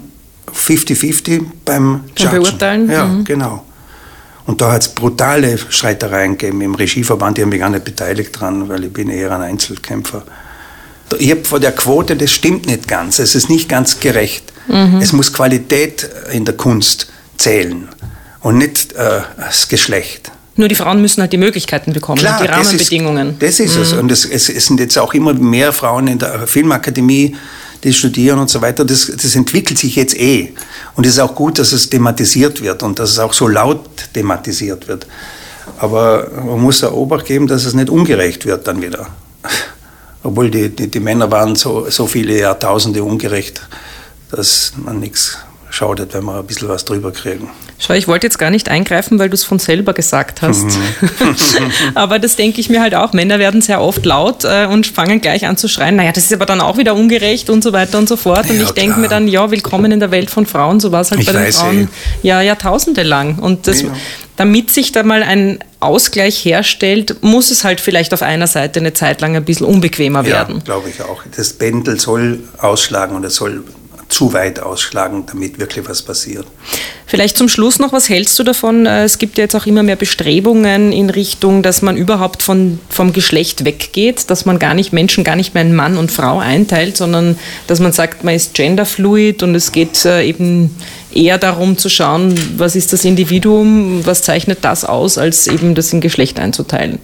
Speaker 3: 50-50 beim Judgen.
Speaker 1: Beurteilen?
Speaker 3: Ja, genau. Und da hat es brutale Streitereien gegeben im Regieverband. Die haben mich gar nicht beteiligt dran, weil ich bin eher ein Einzelkämpfer. Ich habe vor der Quote, das stimmt nicht ganz. Es ist nicht ganz gerecht. Es muss Qualität in der Kunst zählen und nicht das Geschlecht.
Speaker 1: Nur die Frauen müssen halt die Möglichkeiten bekommen,
Speaker 3: klar,
Speaker 1: und die Rahmenbedingungen.
Speaker 3: Das ist es. Und es sind jetzt auch immer mehr Frauen in der Filmakademie, die studieren und so weiter. Das entwickelt sich jetzt Und es ist auch gut, dass es thematisiert wird und dass es auch so laut thematisiert wird. Aber man muss da Obacht geben, dass es nicht ungerecht wird dann wieder. Obwohl die Männer waren so viele Jahrtausende ungerecht, dass man nichts schadet, wenn wir ein bisschen was drüber kriegen.
Speaker 1: Schau, ich wollte jetzt gar nicht eingreifen, weil du es von selber gesagt hast. Aber das denke ich mir halt auch. Männer werden sehr oft laut und fangen gleich an zu schreien, naja, das ist aber dann auch wieder ungerecht und so weiter und so fort. Und ich denke mir dann, ja, willkommen in der Welt von Frauen. So war es halt bei den Frauen Jahrtausende lang. Und damit sich da mal ein Ausgleich herstellt, muss es halt vielleicht auf einer Seite eine Zeit lang ein bisschen unbequemer werden.
Speaker 3: Ja, glaube ich auch. Das Pendel soll ausschlagen und es soll zu weit ausschlagen, damit wirklich was passiert.
Speaker 1: Vielleicht zum Schluss noch, was hältst du davon? Es gibt ja jetzt auch immer mehr Bestrebungen in Richtung, dass man überhaupt vom Geschlecht weggeht, dass man Menschen gar nicht mehr in Mann und Frau einteilt, sondern dass man sagt, man ist genderfluid und es geht eben eher darum zu schauen, was ist das Individuum, was zeichnet das aus, als eben das in Geschlecht einzuteilen.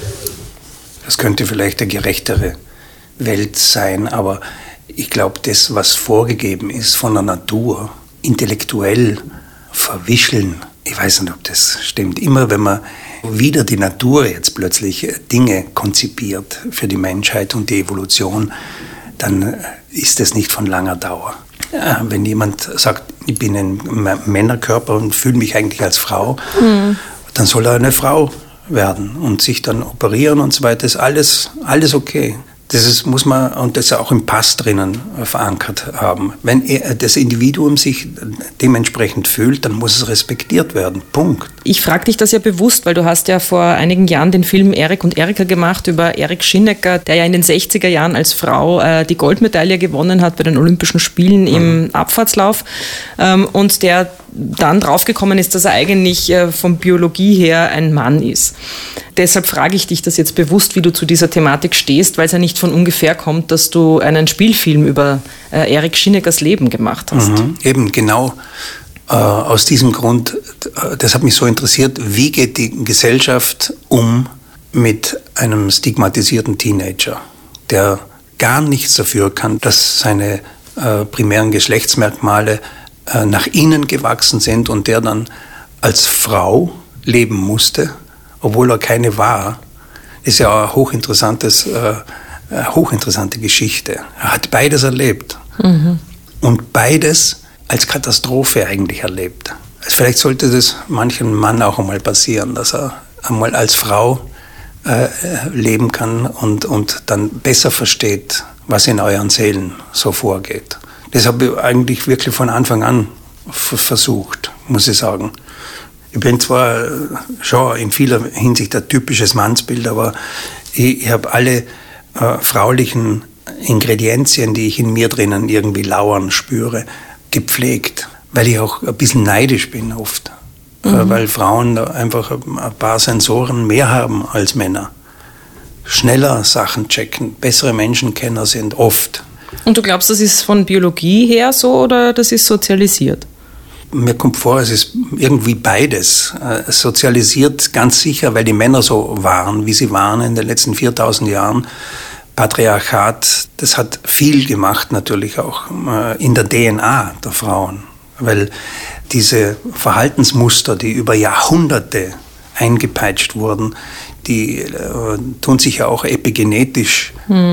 Speaker 3: Das könnte vielleicht eine gerechtere Welt sein, aber ich glaube, das, was vorgegeben ist von der Natur, intellektuell verwischeln, ich weiß nicht, ob das stimmt. Immer wenn man wieder die Natur jetzt plötzlich Dinge konzipiert für die Menschheit und die Evolution, dann ist das nicht von langer Dauer. Ja, wenn jemand sagt, ich bin ein Männerkörper und fühle mich eigentlich als Frau, dann soll er eine Frau werden und sich dann operieren und so weiter. Das ist alles okay. Muss man, und das auch im Pass drinnen verankert haben. Wenn das Individuum sich dementsprechend fühlt, dann muss es respektiert werden. Punkt.
Speaker 1: Ich frage dich das ja bewusst, weil du hast ja vor einigen Jahren den Film Erik und Erika gemacht über Erich Schinecker, der ja in den 60er Jahren als Frau die Goldmedaille gewonnen hat bei den Olympischen Spielen im Abfahrtslauf und der dann draufgekommen ist, dass er eigentlich von Biologie her ein Mann ist. Deshalb frage ich dich das jetzt bewusst, wie du zu dieser Thematik stehst, weil es ja nicht von ungefähr kommt, dass du einen Spielfilm über Erich Schineckers Leben gemacht hast.
Speaker 3: Eben genau aus diesem Grund, das hat mich so interessiert, wie geht die Gesellschaft um mit einem stigmatisierten Teenager, der gar nichts dafür kann, dass seine primären Geschlechtsmerkmale nach innen gewachsen sind und der dann als Frau leben musste, obwohl er keine war. Das ist ja eine hochinteressante Geschichte. Er hat beides erlebt und beides als Katastrophe eigentlich erlebt. Also vielleicht sollte das manchem Mann auch einmal passieren, dass er einmal als Frau leben kann und dann besser versteht, was in euren Seelen so vorgeht. Das habe ich eigentlich wirklich von Anfang an versucht, muss ich sagen. Ich bin zwar schon in vieler Hinsicht ein typisches Mannsbild, aber ich habe alle fraulichen Ingredienzien, die ich in mir drinnen irgendwie lauern spüre, gepflegt, weil ich auch ein bisschen neidisch bin oft. Weil Frauen da einfach ein paar Sensoren mehr haben als Männer. Schneller Sachen checken, bessere Menschenkenner sind oft.
Speaker 1: Und du glaubst, das ist von Biologie her so oder das ist sozialisiert?
Speaker 3: Mir kommt vor, es ist irgendwie beides. Sozialisiert ganz sicher, weil die Männer so waren, wie sie waren in den letzten 4000 Jahren. Patriarchat, das hat viel gemacht natürlich auch in der DNA der Frauen. Weil diese Verhaltensmuster, die über Jahrhunderte eingepeitscht wurden, die tun sich ja auch epigenetisch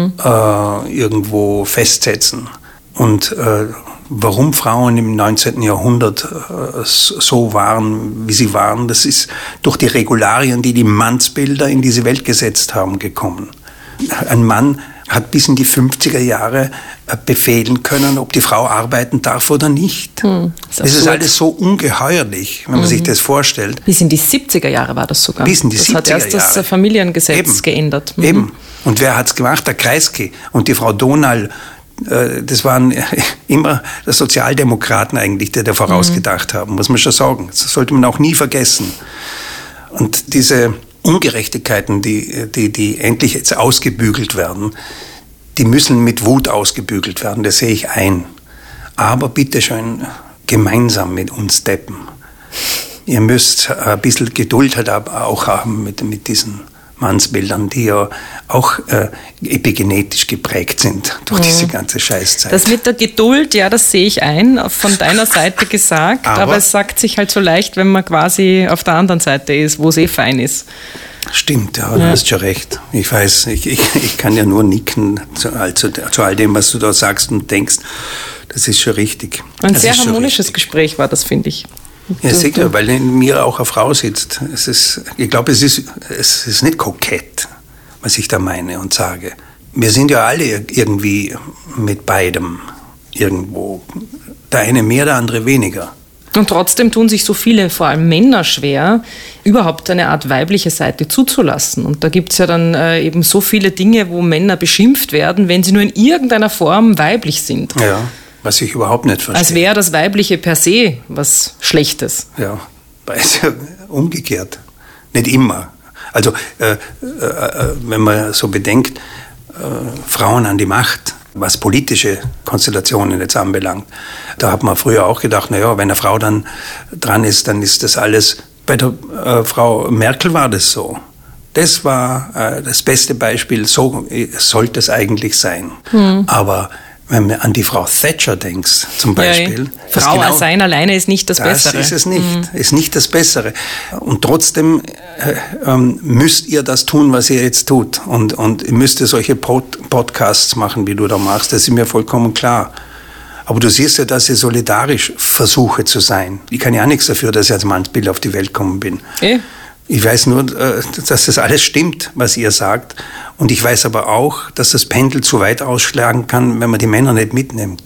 Speaker 3: irgendwo festsetzen. Und warum Frauen im 19. Jahrhundert so waren, wie sie waren, das ist durch die Regularien, die die Mannsbilder in diese Welt gesetzt haben, gekommen. Ein Mann hat bis in die 50er Jahre befehlen können, ob die Frau arbeiten darf oder nicht. Das ist alles so ungeheuerlich, wenn man sich das vorstellt.
Speaker 1: Bis in die 70er Jahre war das sogar.
Speaker 3: Bis in die 70er Jahre.
Speaker 1: Das hat erst das Familiengesetz geändert.
Speaker 3: Eben. Und wer hat's gemacht? Der Kreisky und die Frau Donal. Das waren immer die Sozialdemokraten eigentlich, die da vorausgedacht haben, muss man schon sagen. Das sollte man auch nie vergessen. Und diese Ungerechtigkeiten, die endlich jetzt ausgebügelt werden, die müssen mit Wut ausgebügelt werden, das sehe ich ein. Aber bitte schön gemeinsam mit uns Deppen. Ihr müsst ein bisschen Geduld halt auch haben mit diesen Mannsbildern, die ja auch epigenetisch geprägt sind durch diese ganze Scheißzeit.
Speaker 1: Das mit der Geduld, ja, das sehe ich ein, von deiner Seite gesagt, aber es sagt sich halt so leicht, wenn man quasi auf der anderen Seite ist, wo es fein ist.
Speaker 3: Stimmt, ja, du hast schon recht. Ich weiß, ich kann ja nur nicken zu all dem, was du da sagst und denkst. Das ist schon richtig.
Speaker 1: Ein sehr harmonisches Gespräch war das, finde ich.
Speaker 3: Ja, sicher, weil in mir auch eine Frau sitzt. Ich glaube, es ist nicht kokett, was ich da meine und sage. Wir sind ja alle irgendwie mit beidem irgendwo. Der eine mehr, der andere weniger.
Speaker 1: Und trotzdem tun sich so viele, vor allem Männer, schwer, überhaupt eine Art weibliche Seite zuzulassen. Und da gibt es ja dann eben so viele Dinge, wo Männer beschimpft werden, wenn sie nur in irgendeiner Form weiblich sind.
Speaker 3: Ja, was ich überhaupt nicht verstehe.
Speaker 1: Als wäre das Weibliche per se was Schlechtes.
Speaker 3: Ja, ist ja umgekehrt. Nicht immer. Also, wenn man so bedenkt, Frauen an die Macht, was politische Konstellationen jetzt anbelangt. Da hat man früher auch gedacht, naja, wenn eine Frau dann dran ist, dann ist das alles. Bei der Frau Merkel war das so. Das war das beste Beispiel, so sollte es eigentlich sein. Aber wenn du an die Frau Thatcher denkst, zum Beispiel.
Speaker 1: Ja, Frau als sein alleine ist nicht das Bessere.
Speaker 3: Das ist es nicht, ist nicht das Bessere. Und trotzdem müsst ihr das tun, was ihr jetzt tut. Und ihr müsst solche Podcasts machen, wie du da machst, das ist mir vollkommen klar. Aber du siehst ja, dass ich solidarisch versuche zu sein. Ich kann ja auch nichts dafür, dass ich als Mannsbild auf die Welt gekommen bin. Ich weiß nur, dass das alles stimmt, was ihr sagt. Und ich weiß aber auch, dass das Pendel zu weit ausschlagen kann, wenn man die Männer nicht mitnimmt.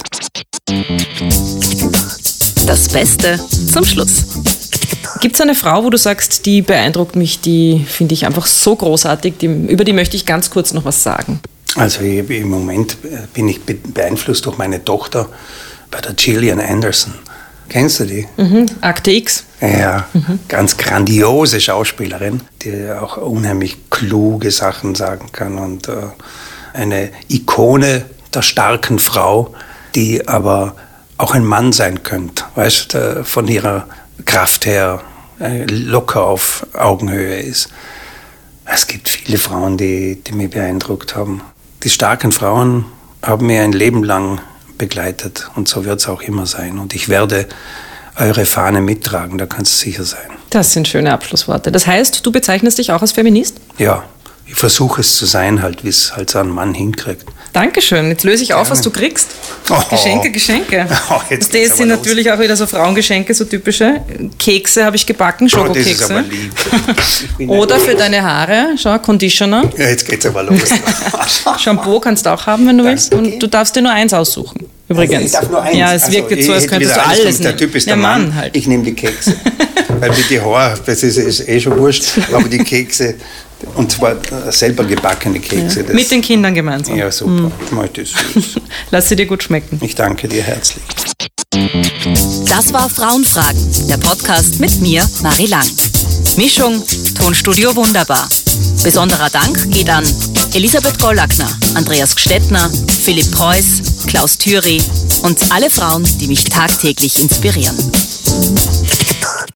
Speaker 5: Das Beste zum Schluss.
Speaker 1: Gibt es eine Frau, wo du sagst, die beeindruckt mich, die finde ich einfach so großartig, über die möchte ich ganz kurz noch was sagen?
Speaker 3: Also im Moment bin ich beeinflusst durch meine Tochter bei der Gillian Anderson. Kennst du die?
Speaker 1: Akte X.
Speaker 3: Ja, ganz grandiose Schauspielerin, die auch unheimlich kluge Sachen sagen kann und eine Ikone der starken Frau, die aber auch ein Mann sein könnte, weißt du, von ihrer Kraft her locker auf Augenhöhe ist. Es gibt viele Frauen, die mich beeindruckt haben. Die starken Frauen haben mir ein Leben lang begleitet und so wird es auch immer sein. Und ich werde eure Fahne mittragen, da kannst du sicher sein.
Speaker 1: Das sind schöne Abschlussworte. Das heißt, du bezeichnest dich auch als Feminist?
Speaker 3: Ja, ich versuche es zu sein, halt, wie es halt so ein Mann hinkriegt.
Speaker 1: Dankeschön. Jetzt löse ich auf, was du kriegst. Geschenke. Das sind natürlich auch wieder so Frauengeschenke, so typische. Kekse habe ich gebacken, Schokokekse.
Speaker 3: Das ist aber lieb.
Speaker 1: Oder für deine Haare, schau, Conditioner.
Speaker 3: Ja, jetzt geht's aber los.
Speaker 1: Shampoo kannst du auch haben, wenn du willst. Und du darfst dir nur eins aussuchen. Übrigens.
Speaker 3: Also ich darf nur eins.
Speaker 1: Ja, es wirkt jetzt so, als könntest du alles nehmen.
Speaker 3: Der Typ ist der Mann
Speaker 1: halt.
Speaker 3: Ich nehme die Kekse. Weil mit die Haare, das ist eh schon wurscht. Aber die Kekse, und zwar selber gebackene Kekse.
Speaker 1: Ja. Mit den Kindern gemeinsam.
Speaker 3: Ja, super. Das süß.
Speaker 1: Lass sie dir gut schmecken.
Speaker 3: Ich danke dir herzlich.
Speaker 5: Das war Frauenfragen, der Podcast mit mir, Marie Lang. Mischung, Tonstudio Wunderbar. Besonderer Dank geht an Elisabeth Gollackner, Andreas Gstettner, Philipp Preuß, Klaus Thüry und alle Frauen, die mich tagtäglich inspirieren.